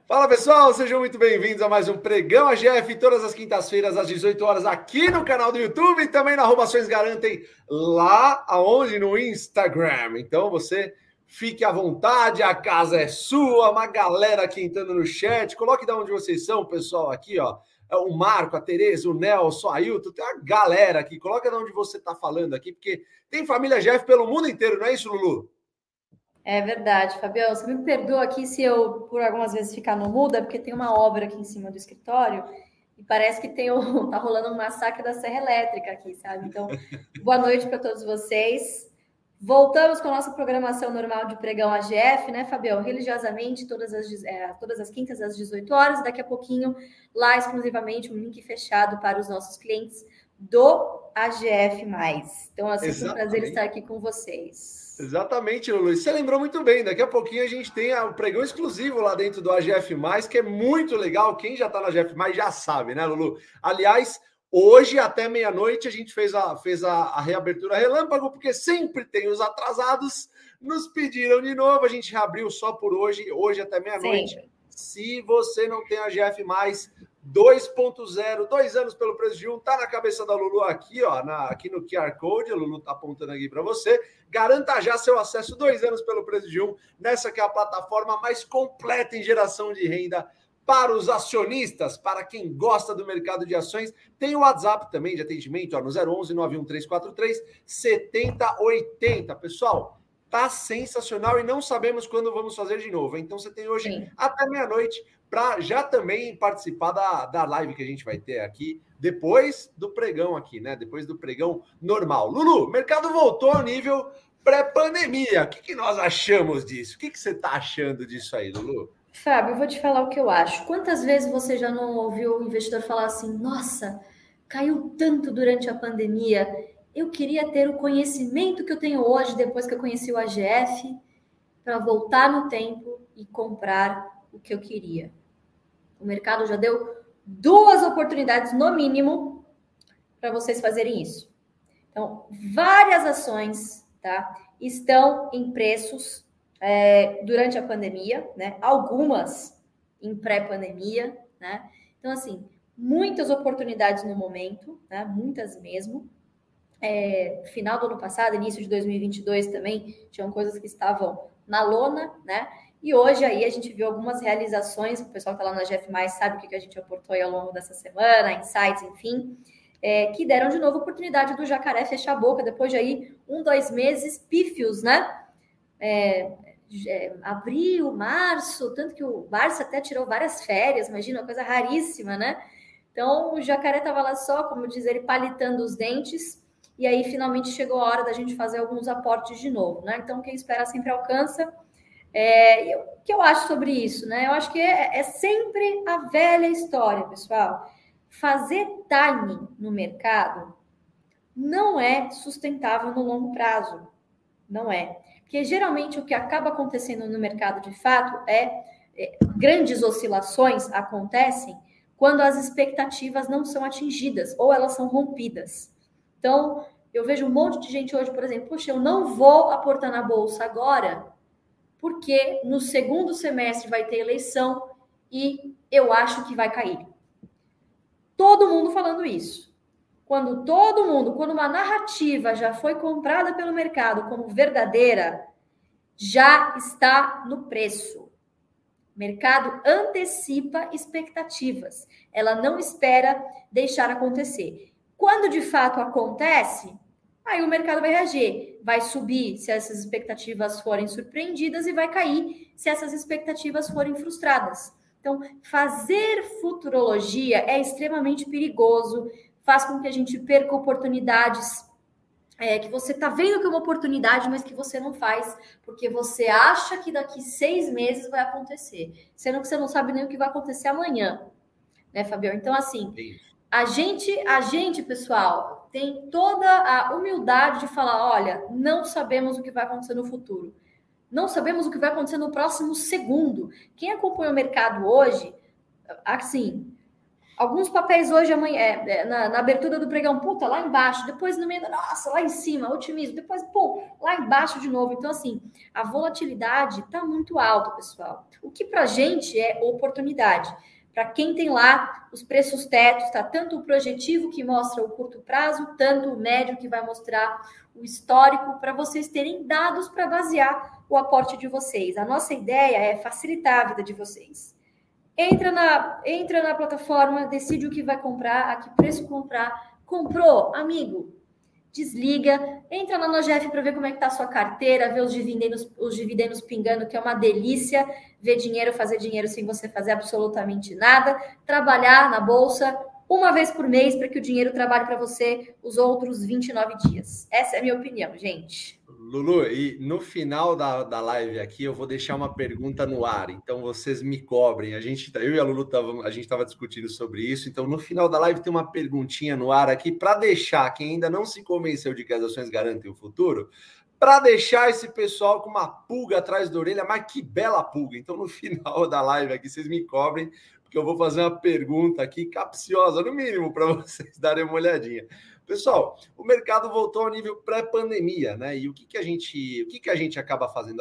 Fala pessoal, sejam muito bem-vindos a mais um Pregão AGF, todas as quintas-feiras às 18 horas aqui no canal do YouTube e também na Ações Garantem lá aonde? No Instagram. Então você fique à vontade, a casa é sua, uma galera aqui entrando no chat, coloque de onde vocês são, pessoal, aqui ó, o Marco, a Tereza, o Nelson, o Ailton, tem uma galera aqui, coloca de onde você está falando aqui, porque tem família GF pelo mundo inteiro, não é isso, Lulu? É verdade, Fabião. Você me perdoa aqui se eu, por algumas vezes, ficar no mudo, é porque tem uma obra aqui em cima do escritório e parece que tá rolando um massacre da Serra Elétrica aqui, sabe? Então, boa noite para todos vocês. Voltamos com a nossa programação normal de Pregão AGF, né, Fabião? Religiosamente, todas as quintas às 18 horas. Daqui a pouquinho, lá exclusivamente, um link fechado para os nossos clientes do AGF+. Então, é sempre um prazer estar aqui com vocês. Exatamente, Lulu. Você lembrou muito bem. Daqui a pouquinho a gente tem o pregão exclusivo lá dentro do AGF, que é muito legal. Quem já está no AGF já sabe, né, Lulu? Aliás, hoje até meia-noite a gente fez a reabertura relâmpago, porque sempre tem os atrasados. Nos pediram de novo, a gente reabriu só por hoje até meia-noite. Se você não tem AGF, 2.0, 2 anos pelo preço de um, tá na cabeça da Lulu aqui, ó, aqui no QR Code, a Lulu tá apontando aqui para você. Garanta já seu acesso 2 anos pelo preço de um, nessa que é a plataforma mais completa em geração de renda para os acionistas, para quem gosta do mercado de ações. Tem o WhatsApp também de atendimento, ó, no 011 91343 7080. Pessoal, tá sensacional e não sabemos quando vamos fazer de novo. Então você tem hoje até meia-noite para já também participar da live que a gente vai ter aqui depois do pregão aqui, né? Depois do pregão normal. Lulu, o mercado voltou ao nível pré-pandemia. O que nós achamos disso? O que você está achando disso aí, Lulu? Fábio, eu vou te falar o que eu acho. Quantas vezes você já não ouviu o investidor falar assim: nossa, caiu tanto durante a pandemia, eu queria ter o conhecimento que eu tenho hoje, depois que eu conheci o AGF, para voltar no tempo e comprar o que eu queria. O mercado já deu 2 oportunidades, no mínimo, para vocês fazerem isso. Então, várias ações, tá, estão em preços durante a pandemia, né? Algumas em pré-pandemia, né? Então, assim, muitas oportunidades no momento, né? Muitas mesmo. Final do ano passado, início de 2022 também, tinham coisas que estavam na lona, né? E hoje aí a gente viu algumas realizações, o pessoal que está lá na GF+, sabe o que a gente aportou aí ao longo dessa semana, insights, enfim, que deram de novo oportunidade do jacaré fechar a boca, depois de aí 2 meses pífios, né? Abril, março, tanto que o Barça até tirou várias férias, imagina, uma coisa raríssima, né? Então, o jacaré estava lá só, como diz ele, palitando os dentes, e aí finalmente chegou a hora da gente fazer alguns aportes de novo, né? Então, quem espera sempre alcança. O que eu acho sobre isso, né? Eu acho que é sempre a velha história, pessoal. Fazer timing no mercado não é sustentável no longo prazo. Não é. Porque geralmente o que acaba acontecendo no mercado de fato grandes oscilações acontecem quando as expectativas não são atingidas ou elas são rompidas. Então, eu vejo um monte de gente hoje, por exemplo, poxa, eu não vou aportar na bolsa agora, porque no segundo semestre vai ter eleição e eu acho que vai cair. Todo mundo falando isso. Quando uma narrativa já foi comprada pelo mercado como verdadeira, já está no preço. O mercado antecipa expectativas. Ela não espera deixar acontecer. Quando de fato acontece, aí o mercado vai reagir. Vai subir se essas expectativas forem surpreendidas e vai cair se essas expectativas forem frustradas. Então, fazer futurologia é extremamente perigoso, faz com que a gente perca oportunidades que você está vendo que é uma oportunidade, mas que você não faz, porque você acha que daqui 6 meses vai acontecer, sendo que você não sabe nem o que vai acontecer amanhã, né, Fabião? Então, assim, a gente, pessoal, tem toda a humildade de falar, olha, não sabemos o que vai acontecer no futuro. Não sabemos o que vai acontecer no próximo segundo. Quem acompanha o mercado hoje, assim, Alguns papéis hoje, amanhã, na abertura do pregão, puta, lá embaixo, depois no meio, nossa, lá em cima, otimismo, depois, pô, lá embaixo de novo. Então, assim, a volatilidade está muito alta, pessoal. O que para a gente é oportunidade. Para quem tem lá os preços tetos, tá? Tanto o projetivo que mostra o curto prazo, tanto o médio que vai mostrar o histórico, para vocês terem dados para basear o aporte de vocês. A nossa ideia é facilitar a vida de vocês. Entra na plataforma, decide o que vai comprar, a que preço comprar. Comprou, amigo, desliga. Entra na Nogef para ver como é que está a sua carteira, ver os dividendos pingando, que é uma delícia. Ver dinheiro, fazer dinheiro sem você fazer absolutamente nada. Trabalhar na bolsa uma vez por mês para que o dinheiro trabalhe para você os outros 29 dias. Essa é a minha opinião, gente. Lulu, e no final da live aqui eu vou deixar uma pergunta no ar, então vocês me cobrem. Eu e a Lulu a gente estava discutindo sobre isso, então no final da live tem uma perguntinha no ar aqui para deixar quem ainda não se convenceu de que as ações garantem o futuro, para deixar esse pessoal com uma pulga atrás da orelha, mas que bela pulga. Então no final da live aqui vocês me cobrem, porque eu vou fazer uma pergunta aqui capciosa, no mínimo, para vocês darem uma olhadinha. Pessoal, o mercado voltou ao nível pré-pandemia, né? E o que a gente acaba fazendo? A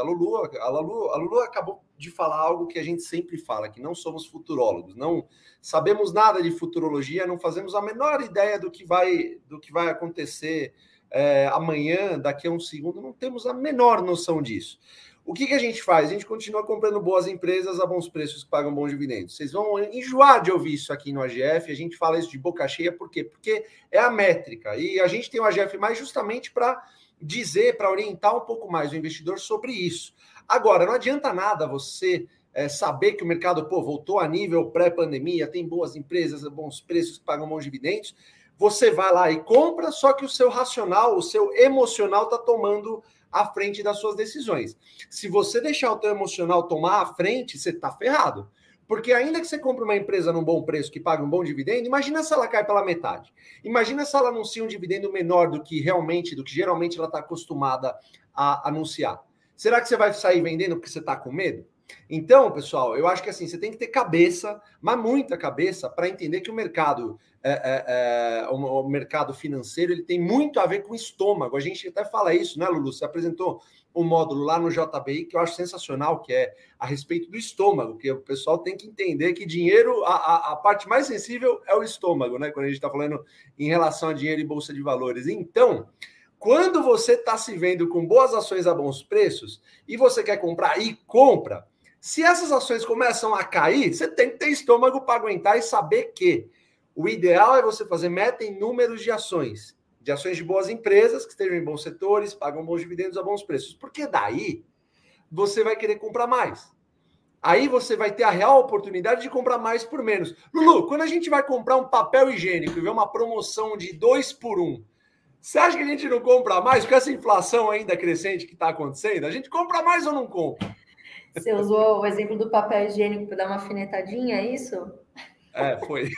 Lulu acabou de falar algo que a gente sempre fala, que não somos futurólogos, não sabemos nada de futurologia, não fazemos a menor ideia do que vai acontecer amanhã, daqui a um segundo, não temos a menor noção disso. O que a gente faz? A gente continua comprando boas empresas a bons preços que pagam bons dividendos. Vocês vão enjoar de ouvir isso aqui no AGF, a gente fala isso de boca cheia, por quê? Porque é a métrica, e a gente tem o AGF mais justamente para dizer, para orientar um pouco mais o investidor sobre isso. Agora, não adianta nada você saber que o mercado voltou a nível pré-pandemia, tem boas empresas a bons preços que pagam bons dividendos, você vai lá e compra, só que o seu racional, o seu emocional está tomando à frente das suas decisões. Se você deixar o teu emocional tomar à frente, você está ferrado. Porque ainda que você compre uma empresa num bom preço que paga um bom dividendo, imagina se ela cai pela metade. Imagina se ela anuncia um dividendo menor do que geralmente ela está acostumada a anunciar. Será que você vai sair vendendo porque você está com medo? Então, pessoal, eu acho que assim, você tem que ter cabeça, mas muita cabeça, para entender que o mercado financeiro ele tem muito a ver com o estômago. A gente até fala isso, né, Lulu? Você apresentou um módulo lá no JBI que eu acho sensacional, que é a respeito do estômago, que o pessoal tem que entender que dinheiro, a parte mais sensível é o estômago, né? Quando a gente está falando em relação a dinheiro e bolsa de valores. Então, quando você está se vendo com boas ações a bons preços e você quer comprar e compra, se essas ações começam a cair, você tem que ter estômago para aguentar e saber que o ideal é você fazer meta em números de ações de boas empresas, que estejam em bons setores, pagam bons dividendos a bons preços. Porque daí você vai querer comprar mais. Aí você vai ter a real oportunidade de comprar mais por menos. Lulu, quando a gente vai comprar um papel higiênico e ver uma promoção de 2 por 1, você acha que a gente não compra mais? Com essa inflação ainda crescente que está acontecendo, a gente compra mais ou não compra? Você usou o exemplo do papel higiênico para dar uma alfinetada, é isso? Foi.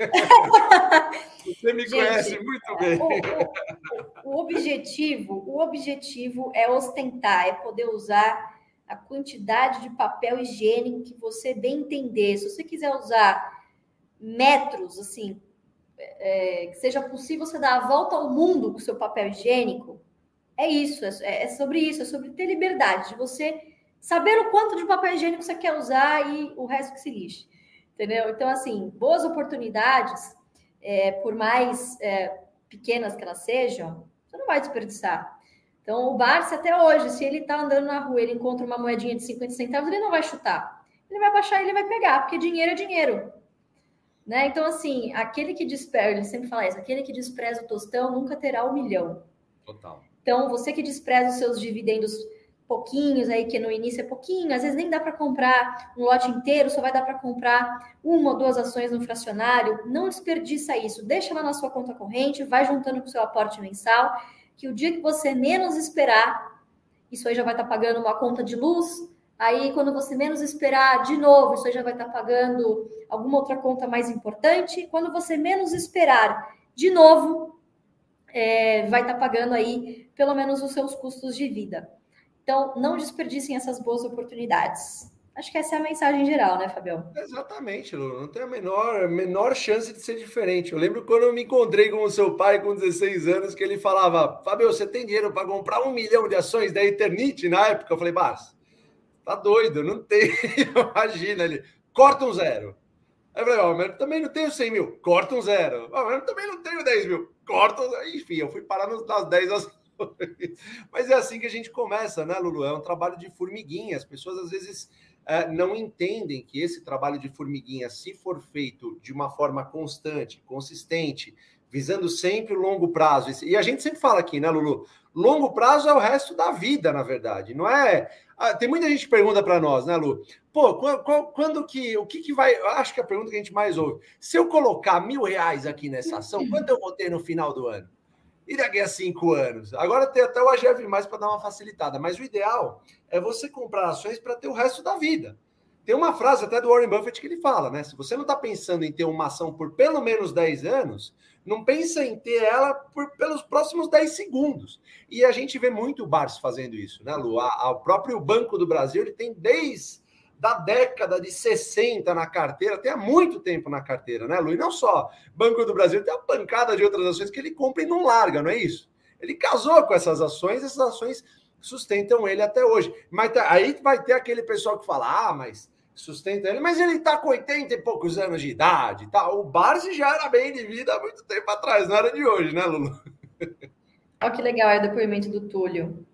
Você me conhece muito bem. O objetivo é ostentar, é poder usar a quantidade de papel higiênico que você bem entender. Se você quiser usar metros, assim, que seja possível você dar a volta ao mundo com o seu papel higiênico, é isso, é sobre isso, é sobre ter liberdade de você saber o quanto de papel higiênico você quer usar e o resto que se lixe. Entendeu? Então, assim, boas oportunidades, por mais pequenas que elas sejam, você não vai desperdiçar. Então, o Barça, até hoje, se ele está andando na rua, ele encontra uma moedinha de 50 centavos, ele não vai chutar. Ele vai baixar e ele vai pegar, porque dinheiro é dinheiro. Né? Então, assim, aquele que despreza, ele sempre fala isso, aquele que despreza o tostão nunca terá 1 milhão. Total. Então, você que despreza os seus dividendos pouquinhos aí, que no início é pouquinho, às vezes nem dá para comprar um lote inteiro, só vai dar para comprar 1 ou 2 ações no fracionário, não desperdiça isso, deixa lá na sua conta corrente, vai juntando com o seu aporte mensal, que o dia que você menos esperar, isso aí já vai estar pagando uma conta de luz, aí quando você menos esperar, de novo, isso aí já vai estar pagando alguma outra conta mais importante, quando você menos esperar, de novo, vai estar pagando aí pelo menos os seus custos de vida. Então, não desperdicem essas boas oportunidades. Acho que essa é a mensagem geral, né, Fabião? Exatamente, Lu. Não tem a menor chance de ser diferente. Eu lembro quando eu me encontrei com o seu pai com 16 anos, que ele falava: Fabio, você tem dinheiro para comprar 1 milhão de ações da Eternit na época? Eu falei: Barça, tá doido, não tem. Imagina ele, corta um zero. Aí eu falei: mas eu também não tenho 100 mil, corta um zero. Mas eu também não tenho 10 mil, corta um zero. Enfim, eu fui parar nas 10 ações. Mas é assim que a gente começa, né, Lulu? É um trabalho de formiguinha. As pessoas às vezes não entendem que esse trabalho de formiguinha, se for feito de uma forma constante, consistente, visando sempre o longo prazo. E a gente sempre fala aqui, né, Lulu? Longo prazo é o resto da vida, na verdade. Não é. Tem muita gente que pergunta para nós, né, Lu? Pô, quando que. O que vai. Eu acho que é a pergunta que a gente mais ouve. Se eu colocar R$ 1.000 aqui nessa ação, quanto eu vou ter no final do ano? E daqui a 5 anos? Agora tem até o AGF mais para dar uma facilitada, mas o ideal é você comprar ações para ter o resto da vida. Tem uma frase até do Warren Buffett que ele fala, né? Se você não está pensando em ter uma ação por pelo menos 10 anos, não pensa em ter ela pelos próximos 10 segundos. E a gente vê muito o Barça fazendo isso, né, Lu? O próprio Banco do Brasil, ele tem desde da década de 60 na carteira, tem há muito tempo na carteira, né, Lu? E não só Banco do Brasil, tem uma pancada de outras ações que ele compra e não larga, não é isso? Ele casou com essas ações sustentam ele até hoje. Mas aí vai ter aquele pessoal que fala, mas sustenta ele, mas ele está com 80 e poucos anos de idade, tá? O Barsi já era bem de vida há muito tempo atrás, não era de hoje, né, Lulu? Olha que legal é o depoimento do Túlio.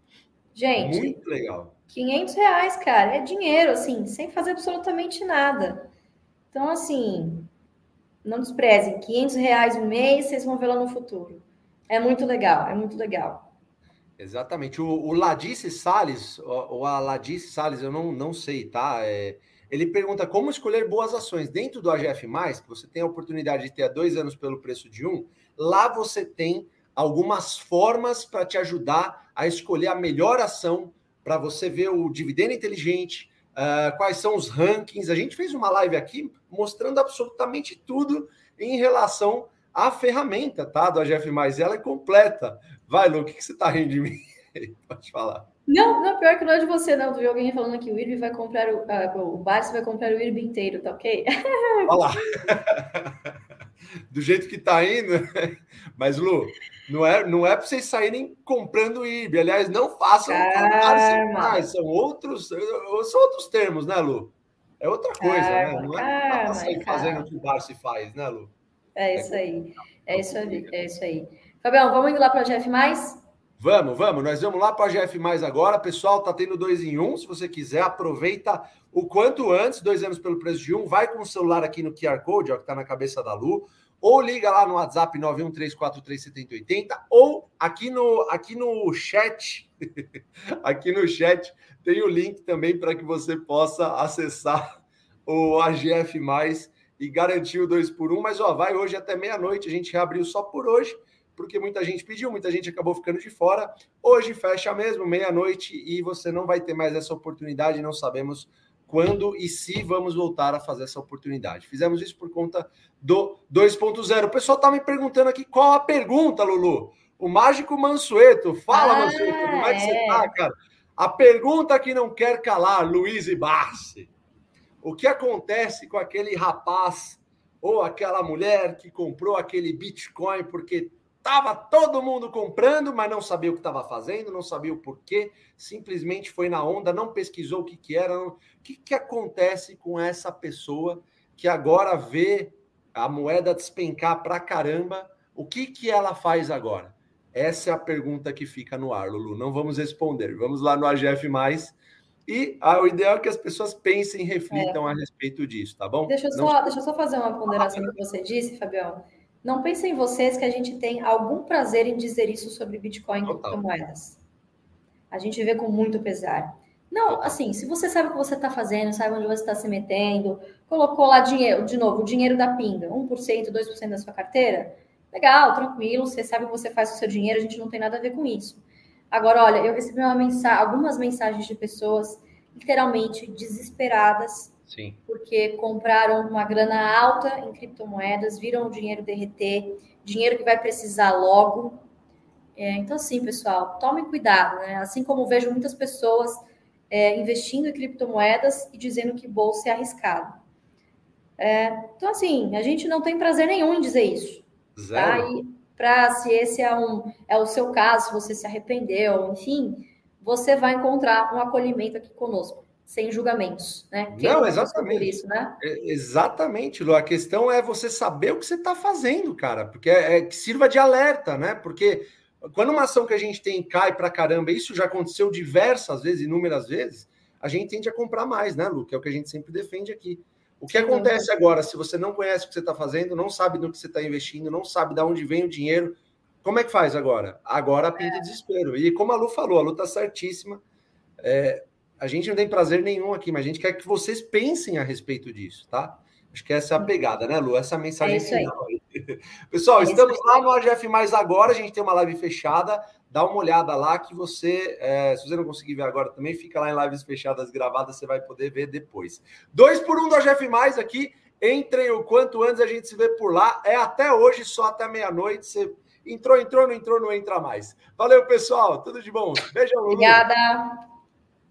Gente, Muito legal. R$ 500, cara, é dinheiro, assim, sem fazer absolutamente nada. Então, assim, não desprezem. R$ 500 um mês, vocês vão ver lá no futuro. É muito legal, é muito legal. Exatamente. O Ladice Salles, ou a Ladice Salles, eu não sei, tá? Ele pergunta como escolher boas ações. Dentro do AGF, que você tem a oportunidade de ter há 2 anos pelo preço de um, lá você tem algumas formas para te ajudar a escolher a melhor ação, para você ver o dividendo inteligente, quais são os rankings. A gente fez uma live aqui mostrando absolutamente tudo em relação à ferramenta, tá? Do AGF. Ela é completa. Vai, Lu, o que você tá rindo de mim? Pode falar. Não, não, pior que não é de você, não. Tu viu alguém falando aqui, o IRB vai comprar o Barça vai comprar o IRB inteiro, tá ok? Olha lá. Do jeito que tá indo. Mas, Lu, não é para vocês saírem comprando IRB. Aliás, não façam são outros termos, né, Lu? É outra coisa, né? Não dá para sair fazendo o que o Barça faz, né, Lu? É isso aí. É isso aí. É isso aí. Fabião, vamos indo lá para o GF+. Vamos. Nós vamos lá para a GF Mais agora. Pessoal, tá tendo 2 em 1. Se você quiser, aproveita o quanto antes. 2 anos pelo preço de um. Vai com o celular aqui no QR Code, ó, que tá na cabeça da Lu. Ou liga lá no WhatsApp 913437080. Ou aqui no chat. Aqui no chat tem o link também para que você possa acessar o AGF Mais e garantir o 2 por 1. Mas ó, vai hoje até meia-noite. A gente reabriu só por hoje, porque muita gente pediu, muita gente acabou ficando de fora. Hoje fecha mesmo, meia-noite, e você não vai ter mais essa oportunidade, não sabemos quando e se vamos voltar a fazer essa oportunidade. Fizemos isso por conta do 2.0. O pessoal está me perguntando aqui qual a pergunta, Lulu. O Mágico Mansueto. Fala, Mansueto, como é que você está, cara? A pergunta que não quer calar, Luiz Barsi. O que acontece com aquele rapaz ou aquela mulher que comprou aquele Bitcoin porque estava todo mundo comprando, mas não sabia o que estava fazendo, não sabia o porquê, simplesmente foi na onda, não pesquisou o que era. O que acontece com essa pessoa que agora vê a moeda despencar para caramba? O que ela faz agora? Essa é a pergunta que fica no ar, Lulu. Não vamos responder. Vamos lá no AGF+. E o ideal é que as pessoas pensem e reflitam a respeito disso, tá bom? Deixa eu só fazer uma ponderação no que você disse, Fabião. Não pensem vocês que a gente tem algum prazer em dizer isso sobre Bitcoin e criptomoedas. A gente vê com muito pesar. Não, assim, se você sabe o que você está fazendo, sabe onde você está se metendo, colocou lá dinheiro, de novo, o dinheiro da pinga, 1%, 2% da sua carteira, legal, tranquilo, você sabe o que você faz com o seu dinheiro, a gente não tem nada a ver com isso. Agora, olha, eu recebi algumas mensagens de pessoas literalmente desesperadas, sim, porque compraram uma grana alta em criptomoedas, viram o dinheiro derreter, dinheiro que vai precisar logo. Então, assim, pessoal, tomem cuidado, né? Assim como vejo muitas pessoas investindo em criptomoedas e dizendo que bolsa é arriscado. Então, assim, a gente não tem prazer nenhum em dizer isso. Zero. Tá? E se esse é o seu caso, se você se arrependeu, enfim, você vai encontrar um acolhimento aqui conosco, sem julgamentos, né? Quem Não, não passou por exatamente. isso, né? Exatamente, Lu. A questão é você saber o que você está fazendo, cara, porque que sirva de alerta, né? Porque quando uma ação que a gente tem cai pra caramba, isso já aconteceu diversas vezes, inúmeras vezes, a gente tende a comprar mais, né, Lu? Que é o que a gente sempre defende aqui. O que Sem acontece dúvida. agora, se você não conhece o que você está fazendo, não sabe no que você está investindo, não sabe de onde vem o dinheiro, como é que faz agora? Agora pinta o desespero. E como a Lu falou, a Lu está certíssima. A gente não tem prazer nenhum aqui, mas a gente quer que vocês pensem a respeito disso, tá? Acho que essa é a pegada, né, Lu? Essa é a É mensagem isso aí. final aí. Pessoal, É isso estamos aí. lá no AGF Mais agora, a gente tem uma live fechada. Dá uma olhada lá que você, se você não conseguir ver agora também, fica lá em lives fechadas gravadas, você vai poder ver depois. 2 por 1 do AGF Mais aqui. Entrem o quanto antes, a gente se vê por lá. É até hoje, só até meia-noite. Você entrou, não entrou, não entra mais. Valeu, pessoal. Tudo de bom. Beijão, Lulu. Obrigada.